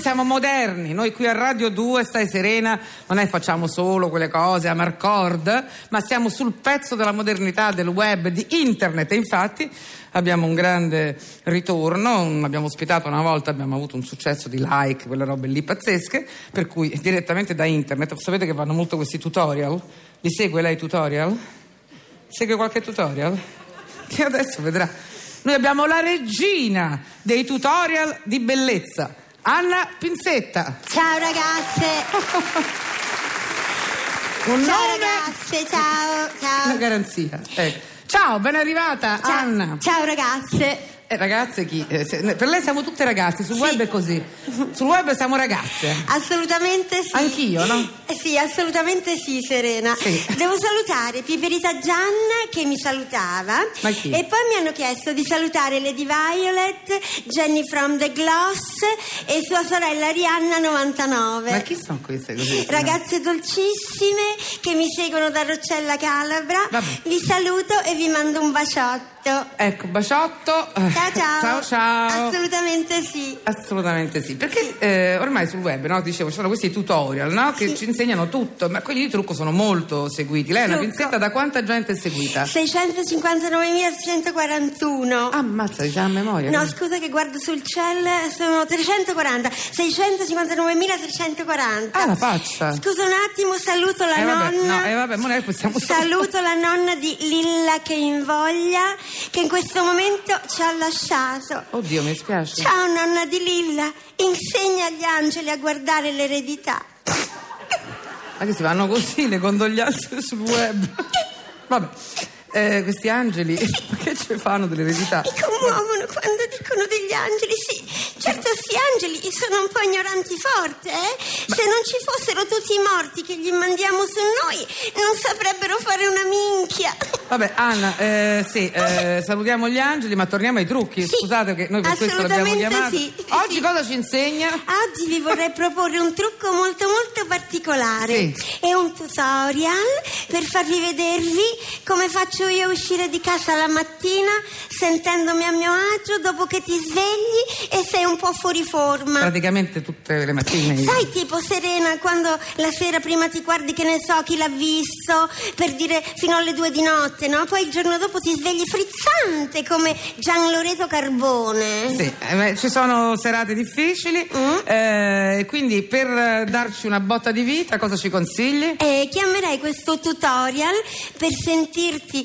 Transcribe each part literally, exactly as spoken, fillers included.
siamo moderni, noi qui a Radio due, stai serena, non è facciamo solo quelle cose a Marcord, ma siamo sul pezzo della modernità, del web, di internet, e infatti abbiamo un grande ritorno, abbiamo ospitato una volta, abbiamo avuto un successo di like, quelle robe lì pazzesche, per cui direttamente da internet, sapete che vanno molto questi tutorial? Li segue lei i tutorial? Segue qualche tutorial? Che adesso vedrà. Noi abbiamo la regina dei tutorial di bellezza, Anna Pinzetta. Ciao ragazze. Un ciao nome, ragazze, ciao, ciao. una garanzia. Ecco. Ciao, ben arrivata, Ciao. Anna. Ciao ragazze. Eh, ragazze chi? Eh, se, per lei siamo tutte ragazze, sul Sì. web è così. Sul web siamo ragazze. Assolutamente sì. Anch'io, no? Eh sì, assolutamente sì, Serena. Sì. Devo salutare Piperita Gianna che mi salutava. Ma chi? E poi mi hanno chiesto di salutare Lady Violet, Jenny from the Gloss e sua sorella Rihanna novantanove. Ma chi sono queste così? Ragazze dolcissime che mi seguono da Roccella Calabra. Vabbè. Vi saluto e vi mando un baciotto. Ecco, baciotto. Ciao ciao. Ciao ciao. Assolutamente sì. Assolutamente sì, perché eh, ormai sul web, no, dicevo, ci sono questi tutorial, no, che Sì. ci insegnano tutto, ma quelli di trucco sono molto seguiti. Lei è una Trucco. Pinzetta, da quanta gente è seguita? seicentocinquantanovemilaseicentoquarantuno. Ammazza, di a memoria. No, quindi. scusa che guardo sul cell, sono trecentoquaranta. seicentocinquantanovemilatrecentoquaranta. Ah, la faccia. Scusa un attimo, saluto la Eh, vabbè, nonna. no, eh, vabbè, ma noi possiamo solo- Saluto la nonna di Lilla che invoglia, che in questo momento ci ha lasciato. Oddio, mi spiace. Ciao nonna di Lilla, insegna agli angeli a guardare l'eredità. Ma che si vanno così le condoglianze sul web? Vabbè, eh, questi angeli, che ci fanno dell'eredità? Mi commuovono quando dicono degli angeli, sì, certo sì, angeli sono un po' ignoranti forte, eh? Se non ci fossero tutti i morti che gli mandiamo su noi, non saprebbero fare una minchia. Vabbè, Anna, eh, sì, eh, salutiamo gli angeli, ma torniamo ai trucchi. Sì, Scusate che noi per questo l'abbiamo assolutamente chiamato. sì, Oggi sì. cosa ci insegna? Oggi vi vorrei proporre un trucco molto molto particolare. Sì. È un tutorial per farvi vedervi come faccio io a uscire di casa la mattina sentendomi a mio agio dopo che ti svegli e sei un po' fuori forma. Praticamente tutte le mattine. Sai, tipo Serena, quando la sera prima ti guardi, che ne so, chi l'ha visto, per dire fino alle due di notte, no? Poi il giorno dopo ti svegli frizzante come Gian Loreto Carbone. Sì, eh, beh, ci sono serate difficili, Mm. eh, quindi per eh, darci una botta di vita cosa ci consigli? Eh, chiamerei questo tutorial per sentirti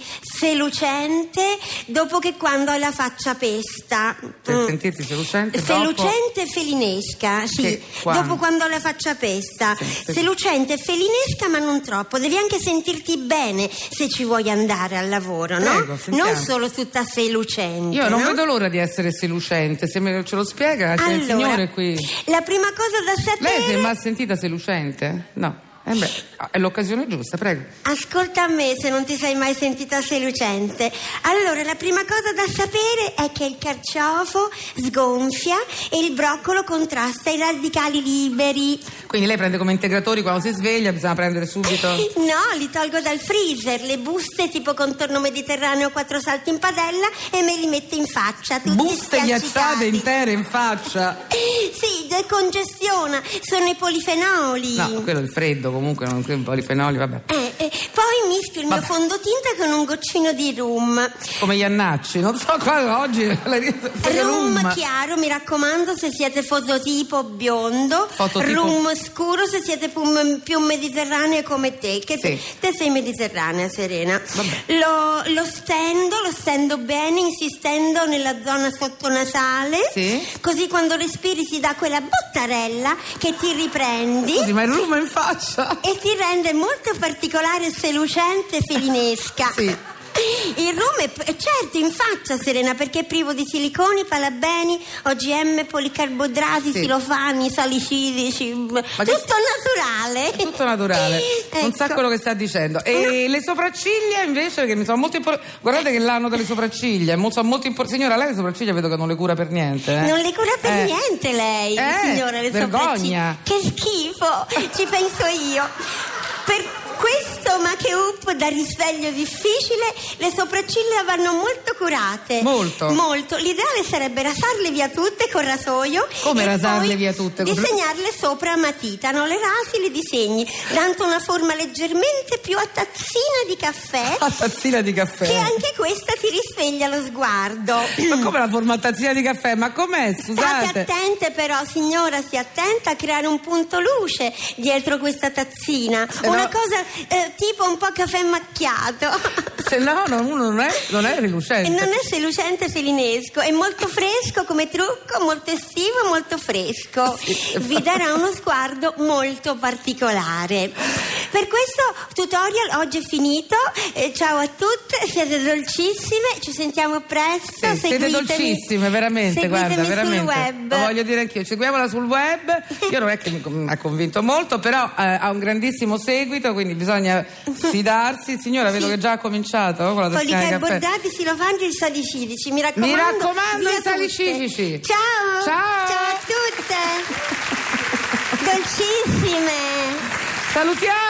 selucente dopo che quando hai la faccia pesta. Per Mm. sentirti seducente dopo? Selucente e felinesca, sì, Che quando? dopo quando ho la faccia pesta. Sì, sì. Selucente e felinesca, ma non troppo. Devi anche sentirti bene se ci vuoi andare al lavoro, Prego, no? sentiamo. Non solo tutta selucente. Io non no? vedo l'ora di essere selucente, se me ce lo spiega, c'è il Allora, signore qui. la prima cosa da sapere... Lei si è mai sentita selucente? No. Eh beh, è l'occasione giusta, prego. Ascolta a me se non ti sei mai sentita seducente. Allora, la prima cosa da sapere è che il carciofo sgonfia e il broccolo contrasta i radicali liberi. Quindi lei prende come integratori quando si sveglia, bisogna prendere subito. No, li tolgo dal freezer, le buste tipo contorno mediterraneo quattro salti in padella e me li metto in faccia. Tutti Buste ghiacciate spiaccicati. intere in faccia. Sì, decongestiona, sono i polifenoli. No, quello è il freddo, comunque non un polifenoli, vabbè. Eh, eh, poi mischio il mio Vabbè. fondotinta con un goccino di rum. Come gli annacci, non so qua oggi Rum, rum. chiaro, mi raccomando, se siete fototipo biondo. Fototipo- Rum scuro se siete più, più mediterranee come te. Che te, Sì. te sei mediterranea, Serena. Vabbè. Lo, lo stendo, lo stendo bene, insistendo nella zona sottonasale. Sì. Così quando respiri ti dà quella bottarella che ti riprendi. Scusi, ma il rum è in faccia. E ti rende molto particolare, selucente e felinesca. Sì. Il rum è, è certo in faccia, Serena, perché è privo di siliconi, parabeni, O G M, policarboidrati, Sì. silofani, salicidi, ci- che- tutto naturale. È tutto naturale, non sa Ecco. quello che sta dicendo. E le sopracciglia invece, che mi sono molto importanti. Guardate che l'anno delle sopracciglia è molto, molto importante. Signora, lei le sopracciglia vedo che non le cura per niente. Eh? Non le cura per Eh. niente lei, Eh, signora, le vergogna. sopracciglia. Che schifo, ci penso io. Per... Questo make up da risveglio difficile, le sopracciglia vanno molto curate. Molto. Molto. L'ideale sarebbe rasarle via tutte col rasoio. Come e rasarle poi via tutte? disegnarle sopra a matita, non le rasi, le disegni, dando una forma leggermente più a tazzina di caffè. A tazzina di caffè. Che anche questa ti risveglia lo sguardo. Ma come la forma a tazzina di caffè? Ma com'è? Scusate. State attente però, signora, stia attenta a creare un punto luce dietro questa tazzina. Eh Una no. cosa eh, tipo un po' caffè macchiato. Se no, non, uno non è, non è rilucente. E non è seducente felinesco, è molto fresco come trucco, molto estivo e molto fresco. Sì. Vi darà uno sguardo molto particolare. Per questo tutorial oggi è finito. Eh, ciao a tutte, siete dolcissime, ci sentiamo presto. Sì, siete dolcissime, veramente, seguitemi guarda, veramente. sul web. Lo voglio dire anch'io, seguiamola sul web. Io non è che mi ha convinto molto, però eh, ha un grandissimo seguito, quindi bisogna fidarsi. Signora, vedo Sì. che già ha cominciato con la tazzina di Polica caffè. bordati, silofangeli, salicidici. Mi raccomando. Mi raccomando, via i salicidici. tutte. Ciao. Ciao. Ciao a tutte. Dolcissime. Salutiamo!